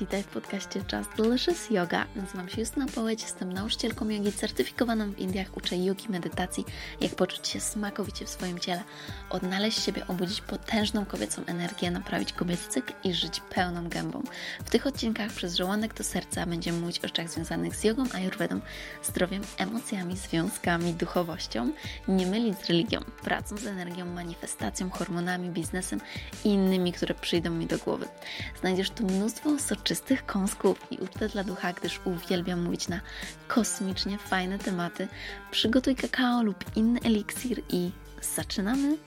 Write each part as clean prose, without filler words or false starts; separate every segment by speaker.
Speaker 1: witaj w podcaście Just Delicious Yoga. Nazywam się Justyna Połeć, jestem nauczycielką jogi, certyfikowaną w Indiach, uczę jogi, medytacji, jak poczuć się smakowicie w swoim ciele, odnaleźć siebie, obudzić potężną kobiecą energię, naprawić kobiecy cykl i żyć pełną gębą. W tych odcinkach przez żołądek do serca będziemy mówić o rzeczach związanych z jogą, ayurvedą, zdrowiem, emocjami, związkami, duchowością, nie mylić z religią, pracą z energią, manifestacją, hormonami, biznesem i innymi, które przyjdą mi do głowy. Znajdziesz tu mnóstwo soczystych kąsków i ucztę dla ducha, gdyż uwielbiam mówić na kosmicznie fajne tematy. Przygotuj kakao lub inny eliksir i zaczynamy!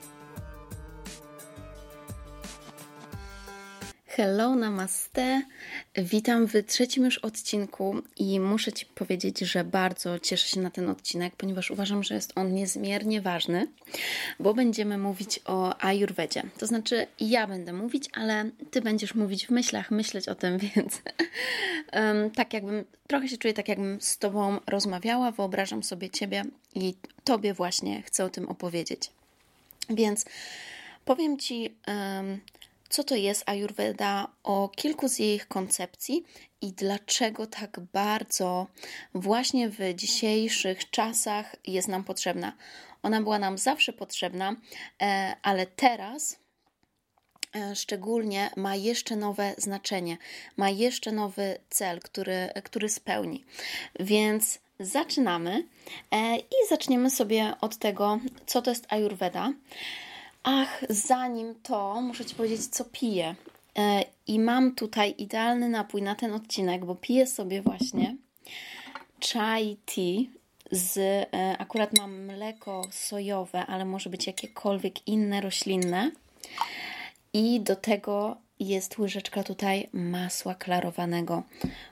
Speaker 1: Hello, namaste. Witam w trzecim już odcinku i muszę Ci powiedzieć, że bardzo cieszę się na ten odcinek, ponieważ uważam, że jest on niezmiernie ważny, bo będziemy mówić o ayurvedzie. To znaczy ja będę mówić, ale Ty będziesz mówić w myślach, myśleć o tym, więc trochę się czuję tak, jakbym z Tobą rozmawiała, wyobrażam sobie Ciebie i Tobie właśnie chcę o tym opowiedzieć. Więc powiem Ci... co to jest ayurveda, o kilku z jej koncepcji i dlaczego tak bardzo właśnie w dzisiejszych czasach jest nam potrzebna. Ona była nam zawsze potrzebna, ale teraz szczególnie ma jeszcze nowe znaczenie, ma jeszcze nowy cel, który spełni. Więc zaczynamy i zaczniemy sobie od tego, co to jest ayurveda. Ach, zanim to muszę Ci powiedzieć, co piję. I mam tutaj idealny napój na ten odcinek, bo piję sobie właśnie chai tea akurat mam mleko sojowe, ale może być jakiekolwiek inne roślinne. I do tego jest łyżeczka tutaj masła klarowanego.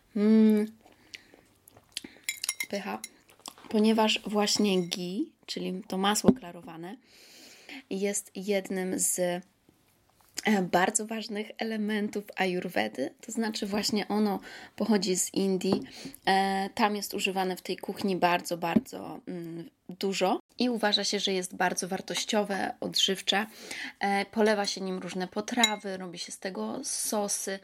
Speaker 1: Pycha. Ponieważ właśnie ghee, czyli to masło klarowane, jest jednym z bardzo ważnych elementów ayurvedy, to znaczy właśnie ono pochodzi z Indii, tam jest używane w tej kuchni bardzo, bardzo dużo i uważa się, że jest bardzo wartościowe, odżywcze, polewa się nim różne potrawy, robi się z tego sosy,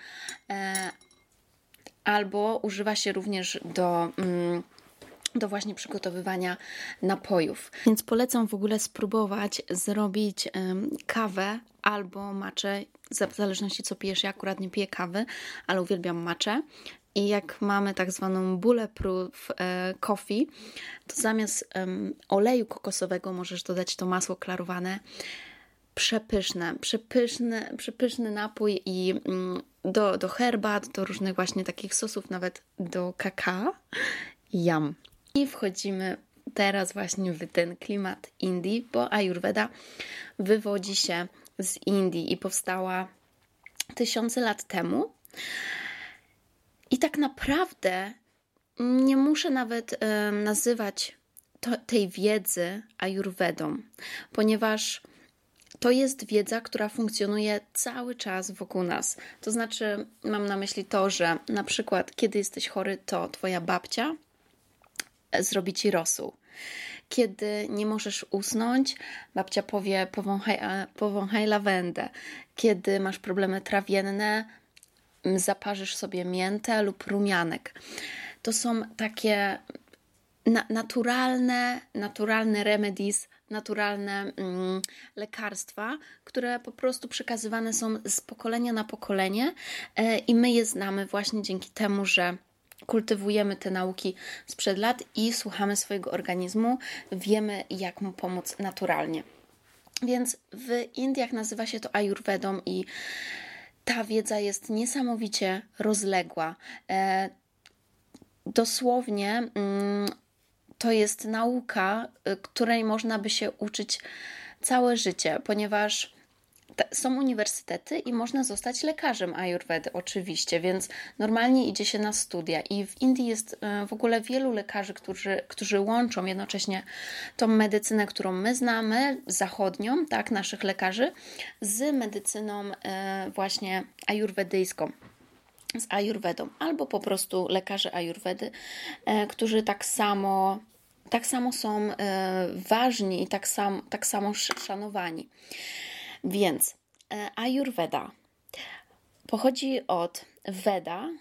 Speaker 1: albo używa się również do właśnie przygotowywania napojów. Więc polecam w ogóle spróbować zrobić kawę albo matchę, w zależności co pijesz. Ja akurat nie piję kawy, ale uwielbiam matchę. I jak mamy tak zwaną bulletproof coffee, to zamiast oleju kokosowego możesz dodać to masło klarowane. Przepyszny napój i do herbat, do różnych właśnie takich sosów, nawet do kakao. Yum. I wchodzimy teraz właśnie w ten klimat Indii, bo ayurveda wywodzi się z Indii i powstała tysiące lat temu. I tak naprawdę nie muszę nawet nazywać tej wiedzy ayurvedą, ponieważ to jest wiedza, która funkcjonuje cały czas wokół nas. To znaczy, mam na myśli to, że na przykład kiedy jesteś chory, to Twoja babcia zrobi Ci rosół. Kiedy nie możesz usnąć, babcia powie powąchaj lawendę. Kiedy masz problemy trawienne, zaparzysz sobie miętę lub rumianek. To są takie naturalne remedies, naturalne lekarstwa, które po prostu przekazywane są z pokolenia na pokolenie i my je znamy właśnie dzięki temu, że kultywujemy te nauki sprzed lat i słuchamy swojego organizmu, wiemy jak mu pomóc naturalnie. Więc w Indiach nazywa się to ayurvedą i ta wiedza jest niesamowicie rozległa. Dosłownie to jest nauka, której można by się uczyć całe życie, ponieważ są uniwersytety i można zostać lekarzem ayurvedy oczywiście, więc normalnie idzie się na studia i w Indii jest w ogóle wielu lekarzy, którzy łączą jednocześnie tą medycynę, którą my znamy, zachodnią, tak, naszych lekarzy, z medycyną właśnie ayurwedyjską, z ayurvedą, albo po prostu lekarze ayurvedy, którzy tak samo są ważni i tak samo szanowani. Więc ayurveda pochodzi od Veda,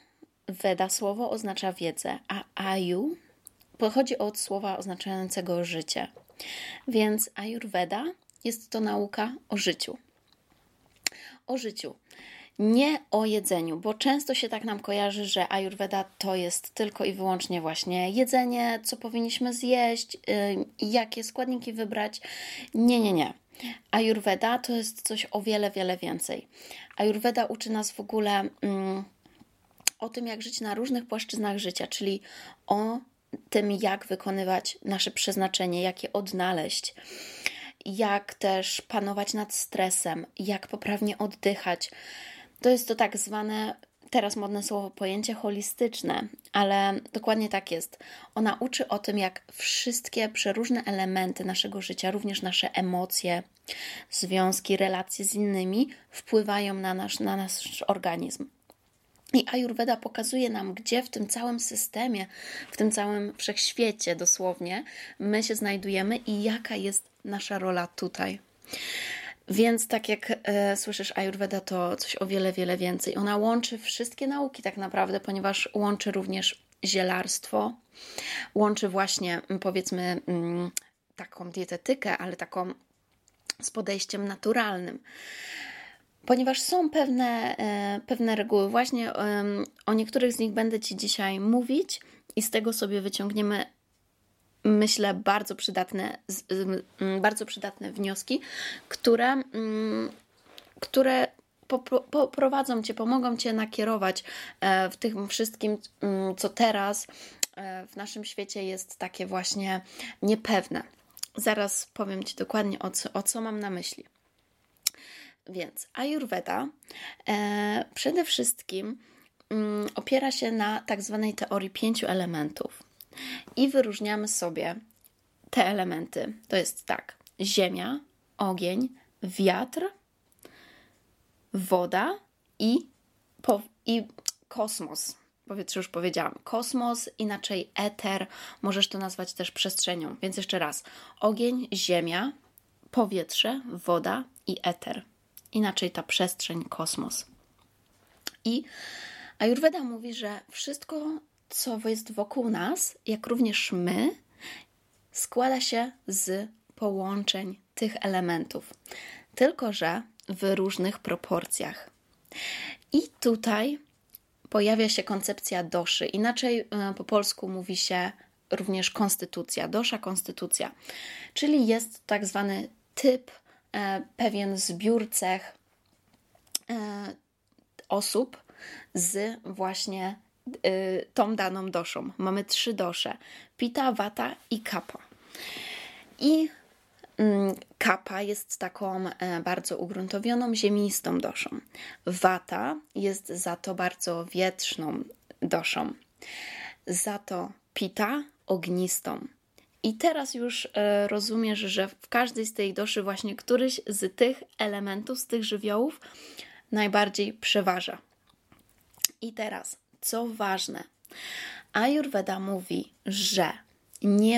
Speaker 1: Veda słowo oznacza wiedzę, a Ayu pochodzi od słowa oznaczającego życie. Więc Ayurveda jest to nauka o życiu. O życiu. Nie o jedzeniu, bo często się tak nam kojarzy, że Ayurveda to jest tylko i wyłącznie właśnie jedzenie, co powinniśmy zjeść, jakie składniki wybrać. Nie. Ayurveda to jest coś o wiele, wiele więcej. Ayurveda uczy nas w ogóle o tym, jak żyć na różnych płaszczyznach życia, czyli o tym, jak wykonywać nasze przeznaczenie, jak je odnaleźć, jak też panować nad stresem, jak poprawnie oddychać. To jest to tak zwane, teraz modne słowo, pojęcie holistyczne, ale dokładnie tak jest. Ona uczy o tym, jak wszystkie przeróżne elementy naszego życia, również nasze emocje, związki, relacje z innymi wpływają na nasz organizm. I Ayurveda pokazuje nam, gdzie w tym całym systemie, w tym całym wszechświecie dosłownie my się znajdujemy i jaka jest nasza rola tutaj. Więc tak jak słyszysz, Ayurveda to coś o wiele, wiele więcej. Ona łączy wszystkie nauki tak naprawdę, ponieważ łączy również zielarstwo, łączy właśnie powiedzmy taką dietetykę, ale taką z podejściem naturalnym. Ponieważ są pewne reguły, właśnie o niektórych z nich będę Ci dzisiaj mówić i z tego sobie wyciągniemy, myślę, bardzo przydatne wnioski, które poprowadzą Cię, pomogą Cię nakierować w tym wszystkim, co teraz w naszym świecie jest takie właśnie niepewne. Zaraz powiem Ci dokładnie, o co mam na myśli. Więc Ayurveda przede wszystkim opiera się na tak zwanej teorii 5 elementów. I wyróżniamy sobie te elementy. To jest tak: ziemia, ogień, wiatr, woda i kosmos. Powietrze już powiedziałam. Kosmos, inaczej eter, możesz to nazwać też przestrzenią. Więc jeszcze raz: ogień, ziemia, powietrze, woda i eter. Inaczej ta przestrzeń, kosmos. I Ayurveda mówi, że wszystko, co jest wokół nas, jak również my, składa się z połączeń tych elementów. Tylko że w różnych proporcjach. I tutaj pojawia się koncepcja doszy. Inaczej po polsku mówi się również konstytucja. Dosza, konstytucja. Czyli jest tak zwany typ, pewien zbiór cech osób z właśnie tą daną doszą. Mamy 3 dosze: Pitta, Vata i Kapha. I Kapha jest taką bardzo ugruntowioną, ziemistą doszą. Vata jest za to bardzo wietrzną doszą. Za to Pitta ognistą. I teraz już rozumiesz, że w każdej z tej doszy właśnie któryś z tych elementów, z tych żywiołów najbardziej przeważa. I teraz, co ważne, Ayurveda mówi, że nie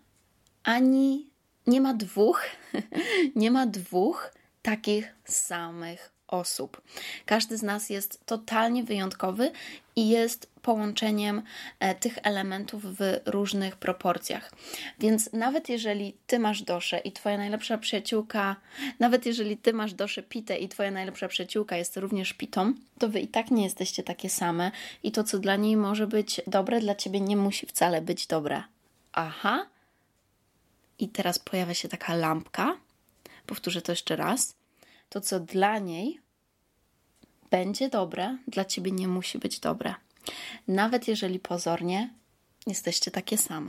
Speaker 1: ma dwóch takich samych osób. Każdy z nas jest totalnie wyjątkowy i jest połączeniem tych elementów w różnych proporcjach. Więc nawet jeżeli Ty masz doszę i Twoja najlepsza przyjaciółka, nawet jeżeli Ty masz doszę Pittę i Twoja najlepsza przyjaciółka jest również Pittą, to Wy i tak nie jesteście takie same i to, co dla niej może być dobre, dla Ciebie nie musi wcale być dobre. Aha. I teraz pojawia się taka lampka. Powtórzę to jeszcze raz. To, co dla niej będzie dobre, dla Ciebie nie musi być dobre. Nawet jeżeli pozornie jesteście takie same.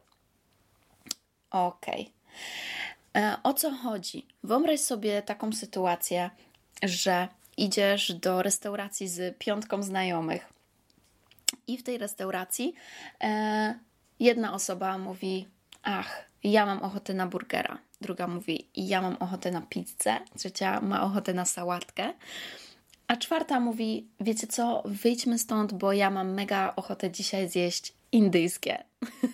Speaker 1: Okej. O co chodzi? Wyobraź sobie taką sytuację, że idziesz do restauracji z 5 znajomych i w tej restauracji jedna osoba mówi: ach, ja mam ochotę na burgera. Druga mówi: ja mam ochotę na pizzę. Trzecia ma ochotę na sałatkę. A czwarta mówi: wiecie co, wyjdźmy stąd, bo ja mam mega ochotę dzisiaj zjeść indyjskie.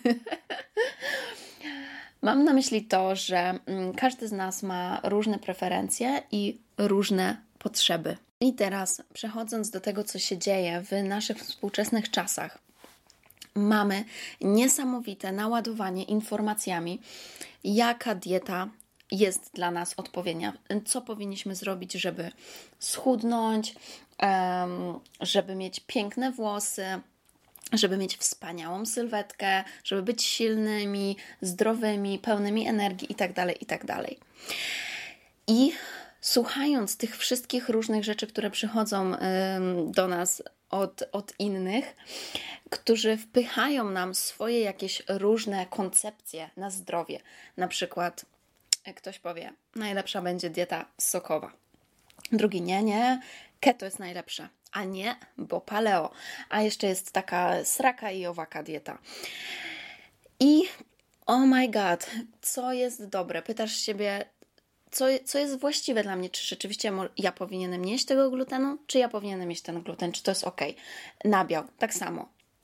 Speaker 1: Mam na myśli to, że każdy z nas ma różne preferencje i różne potrzeby. I teraz przechodząc do tego, co się dzieje w naszych współczesnych czasach, mamy niesamowite naładowanie informacjami, jaka dieta jest dla nas odpowiednia, co powinniśmy zrobić, żeby schudnąć, żeby mieć piękne włosy, żeby mieć wspaniałą sylwetkę, żeby być silnymi, zdrowymi, pełnymi energii itd., itd. I słuchając tych wszystkich różnych rzeczy, które przychodzą do nas od innych, którzy wpychają nam swoje jakieś różne koncepcje na zdrowie. Na przykład ktoś powie, najlepsza będzie dieta sokowa. Drugi, nie, keto jest najlepsze. A nie, bo paleo. A jeszcze jest taka sraka i owaka dieta. I oh my god, co jest dobre? Pytasz siebie, co jest właściwe dla mnie? Czy rzeczywiście ja powinienem jeść tego glutenu? Czy ja powinienem mieć ten gluten? Czy to jest ok? Nabiał, tak samo.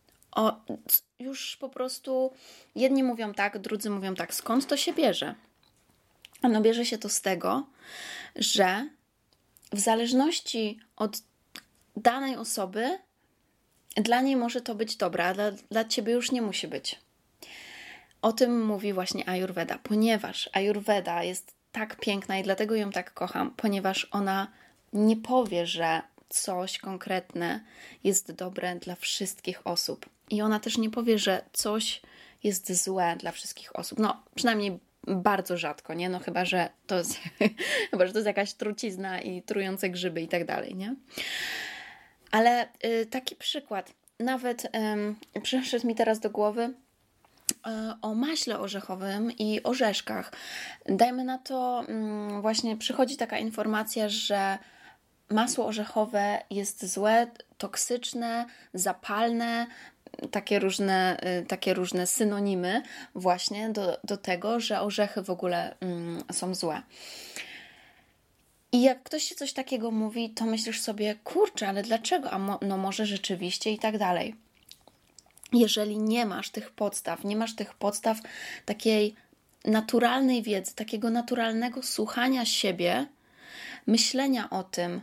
Speaker 1: Już po prostu jedni mówią tak, drudzy mówią tak. Skąd to się bierze? Ano bierze się to z tego, że w zależności od danej osoby dla niej może to być dobre, a dla ciebie już nie musi być. O tym mówi właśnie Ayurveda, ponieważ Ayurveda jest tak piękna i dlatego ją tak kocham, ponieważ ona nie powie, że coś konkretne jest dobre dla wszystkich osób. I ona też nie powie, że coś jest złe dla wszystkich osób. No, przynajmniej bardzo rzadko, nie? No chyba, że to jest, chyba, że to jest jakaś trucizna i trujące grzyby i tak dalej, nie? Ale taki przykład, nawet przyszedł mi teraz do głowy o maśle orzechowym i orzeszkach. Dajmy na to, właśnie przychodzi taka informacja, że masło orzechowe jest złe, toksyczne, zapalne, takie różne synonimy właśnie do tego, że orzechy w ogóle są złe. I jak ktoś ci coś takiego mówi, to myślisz sobie, kurczę, ale dlaczego? No może rzeczywiście i tak dalej. Jeżeli nie masz tych podstaw takiej naturalnej wiedzy, takiego naturalnego słuchania siebie, myślenia o tym,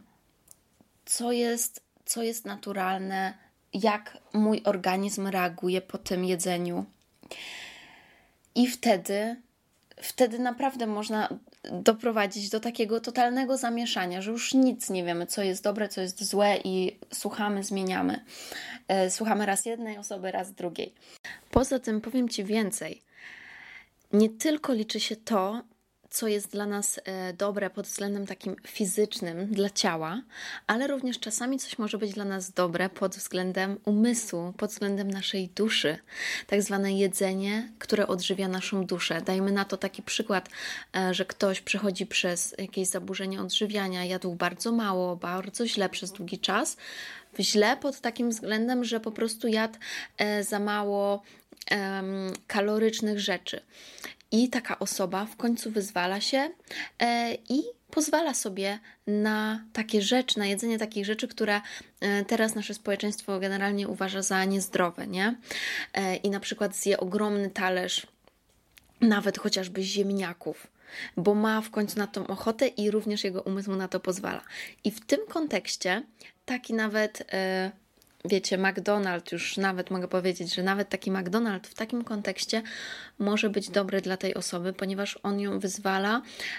Speaker 1: co jest naturalne, jak mój organizm reaguje po tym jedzeniu. I wtedy naprawdę można doprowadzić do takiego totalnego zamieszania, że już nic nie wiemy, co jest dobre, co jest złe i słuchamy, zmieniamy. Słuchamy raz jednej osoby, raz drugiej. Poza tym powiem Ci więcej. Nie tylko liczy się to, co jest dla nas dobre pod względem takim fizycznym dla ciała, ale również czasami coś może być dla nas dobre pod względem umysłu, pod względem naszej duszy. Tak zwane jedzenie, które odżywia naszą duszę. Dajmy na to taki przykład, że ktoś przechodzi przez jakieś zaburzenie odżywiania, jadł bardzo mało, bardzo źle przez długi czas. Źle pod takim względem, że po prostu jadł za mało kalorycznych rzeczy. I taka osoba w końcu wyzwala się i pozwala sobie na takie rzeczy, na jedzenie takich rzeczy, które teraz nasze społeczeństwo generalnie uważa za niezdrowe, nie? I na przykład zje ogromny talerz, nawet chociażby ziemniaków, bo ma w końcu na tą ochotę i również jego umysł na to pozwala. I w tym kontekście taki nawet... Wiecie, McDonald's, już nawet mogę powiedzieć, że nawet taki McDonald's w takim kontekście może być dobry dla tej osoby, ponieważ on ją wyzwala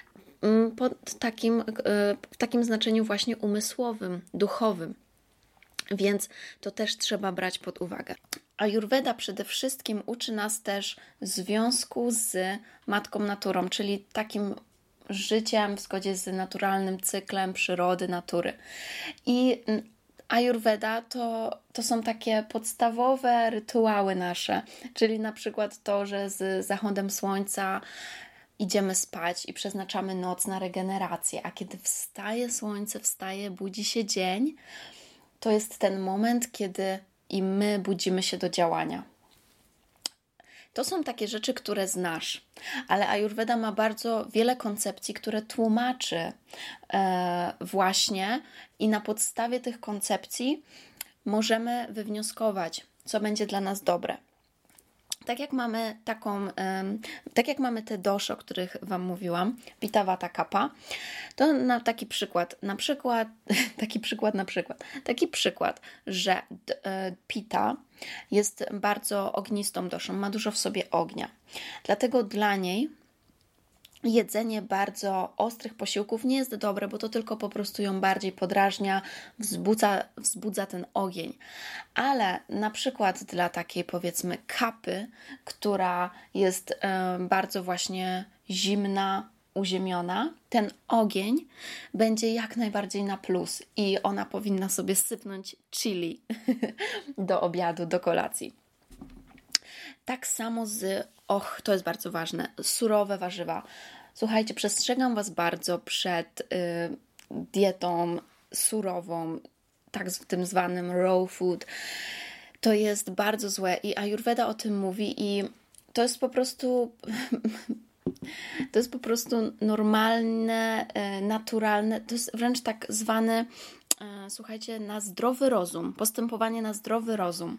Speaker 1: w takim znaczeniu właśnie umysłowym, duchowym. Więc to też trzeba brać pod uwagę. Ayurveda przede wszystkim uczy nas też związku z Matką Naturą, czyli takim życiem w zgodzie z naturalnym cyklem przyrody, natury. I Ayurveda to są takie podstawowe rytuały nasze, czyli na przykład to, że z zachodem słońca idziemy spać i przeznaczamy noc na regenerację, a kiedy wstaje słońce, budzi się dzień, to jest ten moment, kiedy i my budzimy się do działania. To są takie rzeczy, które znasz, ale Ayurveda ma bardzo wiele koncepcji, które tłumaczy właśnie i na podstawie tych koncepcji możemy wywnioskować, co będzie dla nas dobre. Tak jak mamy te dosze, o których Wam mówiłam, Pitta, Vata, Kapha, to na taki przykład, że Pitta jest bardzo ognistą doszą, ma dużo w sobie ognia. Dlatego dla niej jedzenie bardzo ostrych posiłków nie jest dobre, bo to tylko po prostu ją bardziej podrażnia, wzbudza ten ogień. Ale na przykład dla takiej, powiedzmy, Kaphy, która jest bardzo właśnie zimna, uziemiona, ten ogień będzie jak najbardziej na plus i ona powinna sobie sypnąć chili do obiadu, do kolacji. Tak samo to jest bardzo ważne, surowe warzywa. Słuchajcie, przestrzegam Was bardzo przed dietą surową, tym zwanym raw food. To jest bardzo złe i Ayurveda o tym mówi i to jest po prostu normalne, naturalne, to jest wręcz tak zwane, słuchajcie, na zdrowy rozum, postępowanie na zdrowy rozum.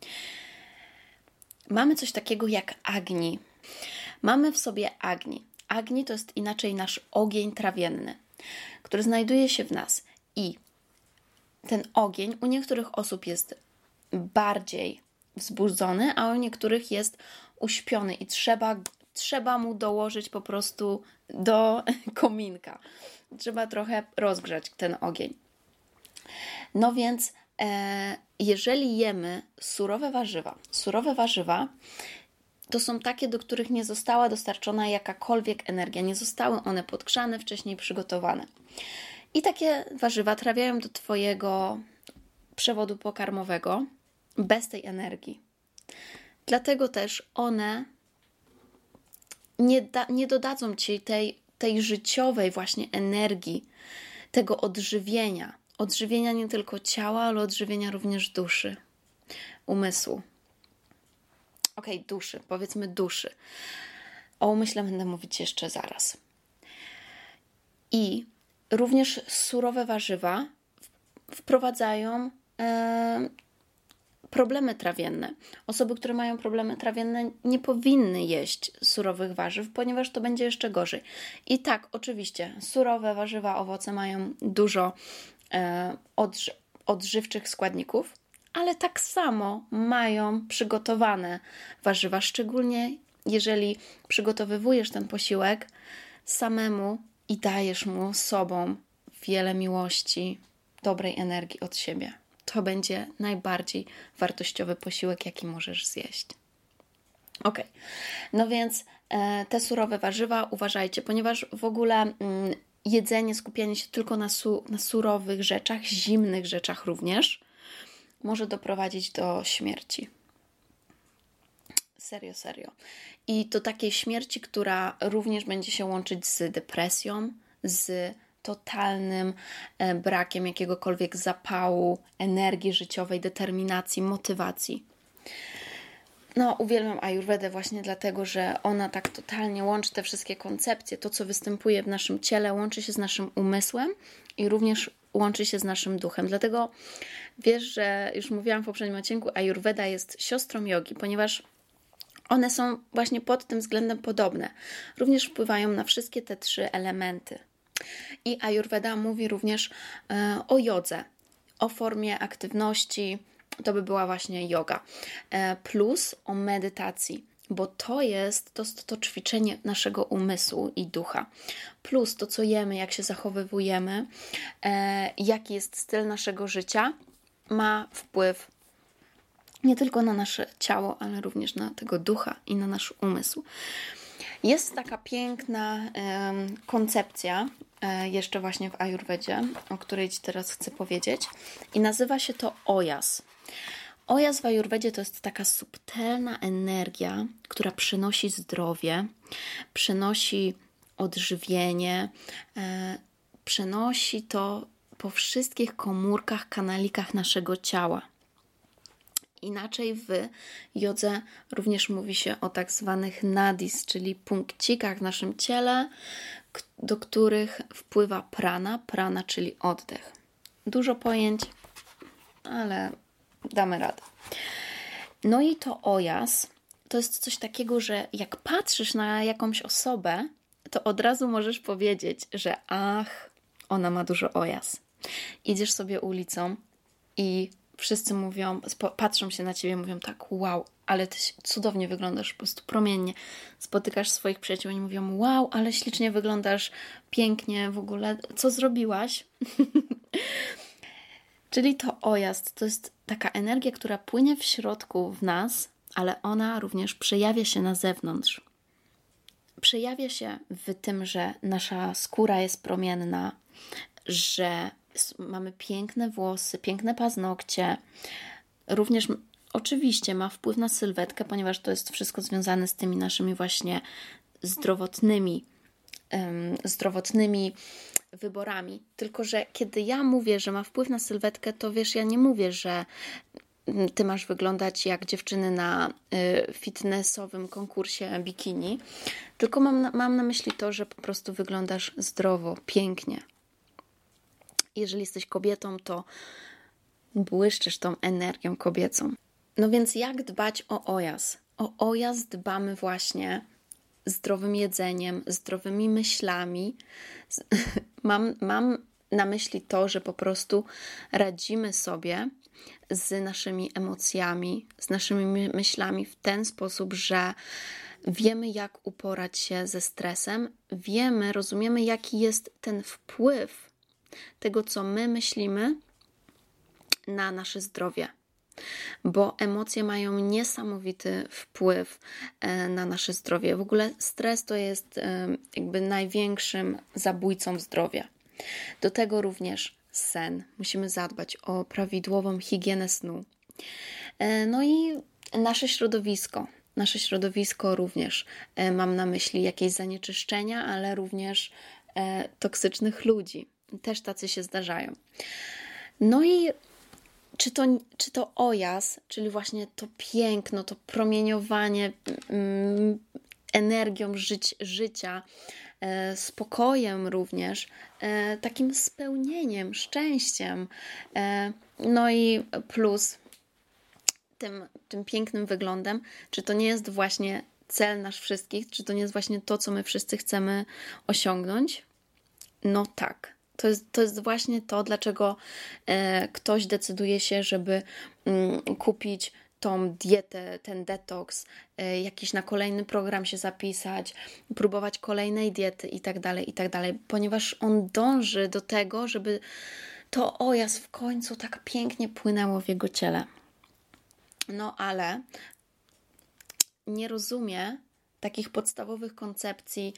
Speaker 1: Mamy coś takiego jak Agni. Mamy w sobie Agni. Agni to jest inaczej nasz ogień trawienny, który znajduje się w nas. I ten ogień u niektórych osób jest bardziej wzbudzony, a u niektórych jest uśpiony i trzeba mu dołożyć po prostu do kominka. Trzeba trochę rozgrzać ten ogień. No więc jeżeli jemy surowe warzywa to są takie, do których nie została dostarczona jakakolwiek energia, nie zostały one podgrzane, wcześniej przygotowane. I takie warzywa trafiają do Twojego przewodu pokarmowego bez tej energii. Dlatego też one nie dodadzą Ci tej życiowej właśnie energii, tego odżywienia. Odżywienia nie tylko ciała, ale odżywienia również duszy, umysłu. Duszy, powiedzmy duszy. O umyśle będę mówić jeszcze zaraz. I również surowe warzywa wprowadzają problemy trawienne. Osoby, które mają problemy trawienne, nie powinny jeść surowych warzyw, ponieważ to będzie jeszcze gorzej. I tak, oczywiście, surowe warzywa, owoce mają dużo odżywczych składników, ale tak samo mają przygotowane warzywa, szczególnie jeżeli przygotowywujesz ten posiłek samemu i dajesz mu sobą wiele miłości, dobrej energii od siebie. To będzie najbardziej wartościowy posiłek, jaki możesz zjeść. No więc te surowe warzywa uważajcie, ponieważ w ogóle jedzenie, skupianie się tylko na surowych rzeczach, zimnych rzeczach również, może doprowadzić do śmierci. Serio. I to takiej śmierci, która również będzie się łączyć z depresją, z totalnym brakiem jakiegokolwiek zapału, energii życiowej, determinacji, motywacji. No, uwielbiam Ayurvedę właśnie dlatego, że ona tak totalnie łączy te wszystkie koncepcje. To, co występuje w naszym ciele, łączy się z naszym umysłem i również łączy się z naszym duchem. Dlatego wiesz, że już mówiłam w poprzednim odcinku, Ayurveda jest siostrą jogi, ponieważ one są właśnie pod tym względem podobne. Również wpływają na wszystkie te 3 elementy. I Ayurveda mówi również o jodze, o formie aktywności, to by była właśnie yoga, plus o medytacji, bo to jest to ćwiczenie naszego umysłu i ducha, plus to, co jemy, jak się zachowywujemy, jaki jest styl naszego życia, ma wpływ nie tylko na nasze ciało, ale również na tego ducha i na nasz umysł. Jest taka piękna koncepcja, jeszcze właśnie w Ayurvedzie, o której Ci teraz chcę powiedzieć, i nazywa się to ojas. Ojas w Ayurvedzie to jest taka subtelna energia, która przynosi zdrowie, przynosi odżywienie, przenosi to po wszystkich komórkach, kanalikach naszego ciała. Inaczej w jodze również mówi się o tak zwanych nadis, czyli punkcikach w naszym ciele, do których wpływa prana, czyli oddech. Dużo pojęć, ale damy radę. No i to ojas to jest coś takiego, że jak patrzysz na jakąś osobę, to od razu możesz powiedzieć, że ona ma dużo ojas. Idziesz sobie ulicą i wszyscy mówią, patrzą się na ciebie, mówią tak, wow, ale ty cudownie wyglądasz, po prostu promiennie. Spotykasz swoich przyjaciół i mówią, wow, ale ślicznie wyglądasz, pięknie w ogóle, co zrobiłaś? Czyli to ojazd, to jest taka energia, która płynie w środku w nas, ale ona również przejawia się na zewnątrz. Przejawia się w tym, że nasza skóra jest promienna, że mamy piękne włosy, piękne paznokcie. Również oczywiście ma wpływ na sylwetkę, ponieważ to jest wszystko związane z tymi naszymi właśnie zdrowotnymi wyborami. Tylko że kiedy ja mówię, że ma wpływ na sylwetkę, to wiesz, ja nie mówię, że ty masz wyglądać jak dziewczyny na fitnessowym konkursie bikini, tylko mam na myśli to, że po prostu wyglądasz zdrowo, pięknie. Jeżeli jesteś kobietą, to błyszczysz tą energią kobiecą. No więc jak dbać o ojas? O ojas dbamy właśnie zdrowym jedzeniem, zdrowymi myślami. Mam na myśli to, że po prostu radzimy sobie z naszymi emocjami, z naszymi myślami w ten sposób, że wiemy, jak uporać się ze stresem, rozumiemy, jaki jest ten wpływ tego, co my myślimy na nasze zdrowie. Bo emocje mają niesamowity wpływ na nasze zdrowie. W ogóle stres to jest jakby największym zabójcą zdrowia. Do tego również sen. Musimy zadbać o prawidłową higienę snu. No i nasze środowisko. Nasze środowisko również. Mam na myśli jakieś zanieczyszczenia, ale również toksycznych ludzi. Też tacy się zdarzają. No i czy to ojas, czyli właśnie to piękno, to promieniowanie energią życia, spokojem również, takim spełnieniem, szczęściem, no i plus tym pięknym wyglądem, czy to nie jest właśnie cel nasz wszystkich, czy to nie jest właśnie to, co my wszyscy chcemy osiągnąć? No tak. To jest właśnie to, dlaczego ktoś decyduje się, żeby kupić tą dietę, ten detoks, jakiś na kolejny program się zapisać, próbować kolejnej diety i tak dalej, ponieważ on dąży do tego, żeby to ojas w końcu tak pięknie płynęło w jego ciele. No ale nie rozumie takich podstawowych koncepcji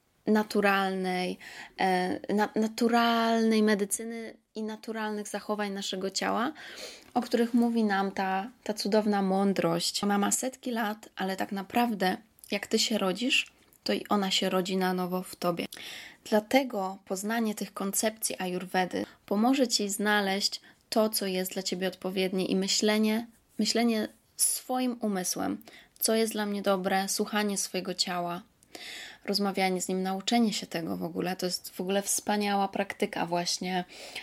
Speaker 1: naturalnej medycyny i naturalnych zachowań naszego ciała, o których mówi nam ta cudowna mądrość. Ona ma setki lat, ale tak naprawdę jak ty się rodzisz, to i ona się rodzi na nowo w tobie. Dlatego poznanie tych koncepcji ajurwedy pomoże ci znaleźć to, co jest dla ciebie odpowiednie i myślenie swoim umysłem, co jest dla mnie dobre, słuchanie swojego ciała, rozmawianie z nim, nauczenie się tego w ogóle. To jest w ogóle wspaniała praktyka właśnie.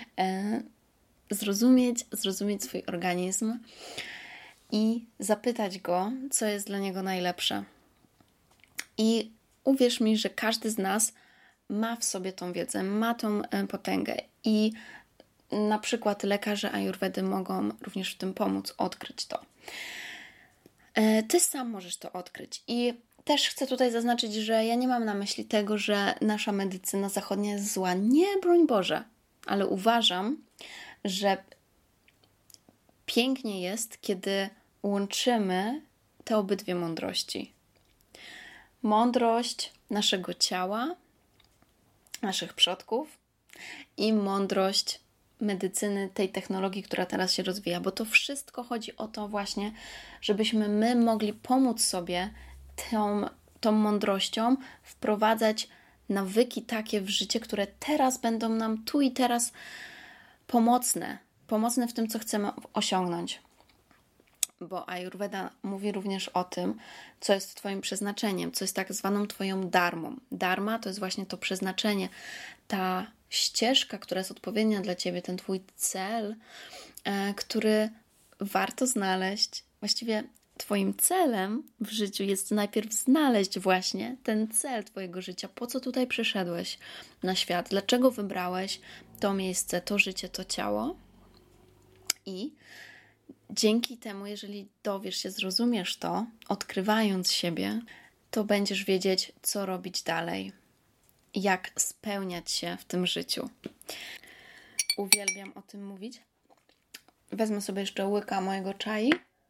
Speaker 1: Zrozumieć swój organizm i zapytać go, co jest dla niego najlepsze. I uwierz mi, że każdy z nas ma w sobie tą wiedzę, ma tą potęgę i na przykład lekarze ajurwedy mogą również w tym pomóc odkryć to. Ty sam możesz to odkryć i też chcę tutaj zaznaczyć, że ja nie mam na myśli tego, że nasza medycyna zachodnia jest zła. Nie, broń Boże. Ale uważam, że pięknie jest, kiedy łączymy te obydwie mądrości. Mądrość naszego ciała, naszych przodków i mądrość medycyny, tej technologii, która teraz się rozwija. Bo to wszystko chodzi o to właśnie, żebyśmy my mogli pomóc sobie tą mądrością wprowadzać nawyki takie w życie, które teraz będą nam tu i teraz pomocne w tym, co chcemy osiągnąć. Bo Ajurweda mówi również o tym, co jest twoim przeznaczeniem, co jest tak zwaną twoją dharmą. Dharma to jest właśnie to przeznaczenie, ta ścieżka, która jest odpowiednia dla ciebie, ten twój cel, który warto znaleźć. Właściwie Twoim celem w życiu jest najpierw znaleźć właśnie ten cel Twojego życia. Po co tutaj przyszedłeś na świat? Dlaczego wybrałeś to miejsce, to życie, to ciało? I dzięki temu, jeżeli dowiesz się, zrozumiesz to, odkrywając siebie, to będziesz wiedzieć, co robić dalej. Jak spełniać się w tym życiu. Uwielbiam o tym mówić. Wezmę sobie jeszcze łyka mojego czai.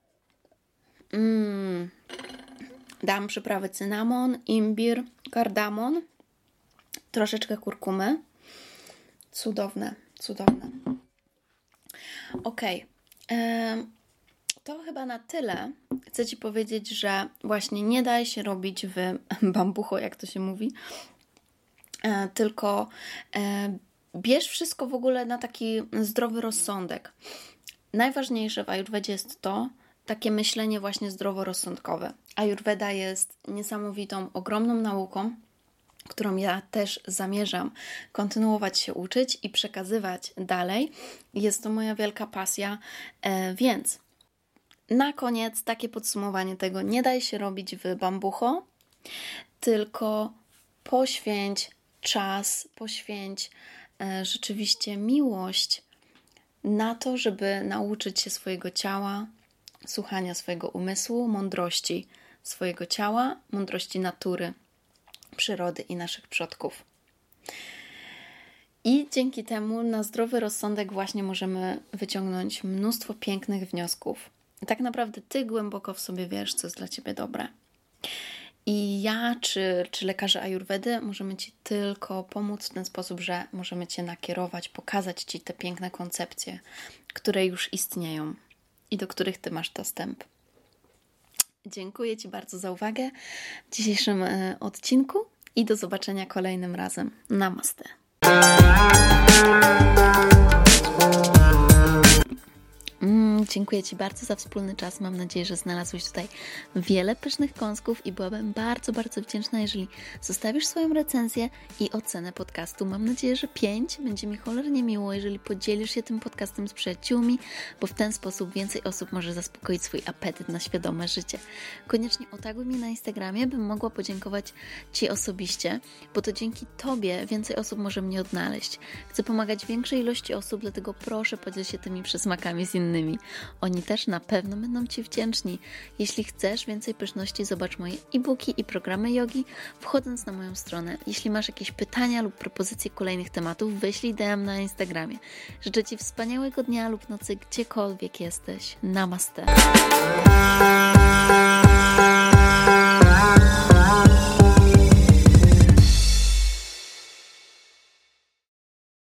Speaker 1: Dam przyprawy cynamon, imbir, kardamon, troszeczkę kurkumy. Cudowne. Okej. To chyba na tyle. Chcę Ci powiedzieć, że właśnie nie daj się robić w bambucho, jak to się mówi, tylko bierz wszystko w ogóle na taki zdrowy rozsądek. Najważniejsze w Ajurwedzie jest to takie myślenie właśnie zdroworozsądkowe. Ajurweda jest niesamowitą, ogromną nauką, którą ja też zamierzam kontynuować się uczyć i przekazywać dalej. Jest to moja wielka pasja, więc na koniec takie podsumowanie tego: nie daj się robić w bambucho, tylko poświęć czas, poświęć rzeczywiście miłość na to, żeby nauczyć się swojego ciała, słuchania swojego umysłu, mądrości swojego ciała, mądrości natury, przyrody i naszych przodków. I dzięki temu na zdrowy rozsądek właśnie możemy wyciągnąć mnóstwo pięknych wniosków. Tak naprawdę Ty głęboko w sobie wiesz, co jest dla Ciebie dobre. I ja, czy lekarze Ajurwedy możemy Ci tylko pomóc w ten sposób, że możemy Cię nakierować, pokazać Ci te piękne koncepcje, które już istnieją i do których Ty masz dostęp. Dziękuję Ci bardzo za uwagę w dzisiejszym odcinku i do zobaczenia kolejnym razem. Namaste. Dziękuję Ci bardzo za wspólny czas. Mam nadzieję, że znalazłeś tutaj wiele pysznych kąsków i byłabym bardzo, bardzo wdzięczna, jeżeli zostawisz swoją recenzję i ocenę podcastu. Mam nadzieję, że 5. Będzie mi cholernie miło, jeżeli podzielisz się tym podcastem z przyjaciółmi, bo w ten sposób więcej osób może zaspokoić swój apetyt na świadome życie. Koniecznie otaguj mnie na Instagramie, bym mogła podziękować Ci osobiście, bo to dzięki Tobie więcej osób może mnie odnaleźć. Chcę pomagać większej ilości osób, dlatego proszę podziel się tymi przysmakami z innymi. Oni też na pewno będą Ci wdzięczni. Jeśli chcesz więcej pyszności, zobacz moje e-booki i programy jogi, wchodząc na moją stronę. Jeśli masz jakieś pytania lub propozycje kolejnych tematów, wyślij DM na Instagramie. Życzę Ci wspaniałego dnia lub nocy, gdziekolwiek jesteś. Namaste.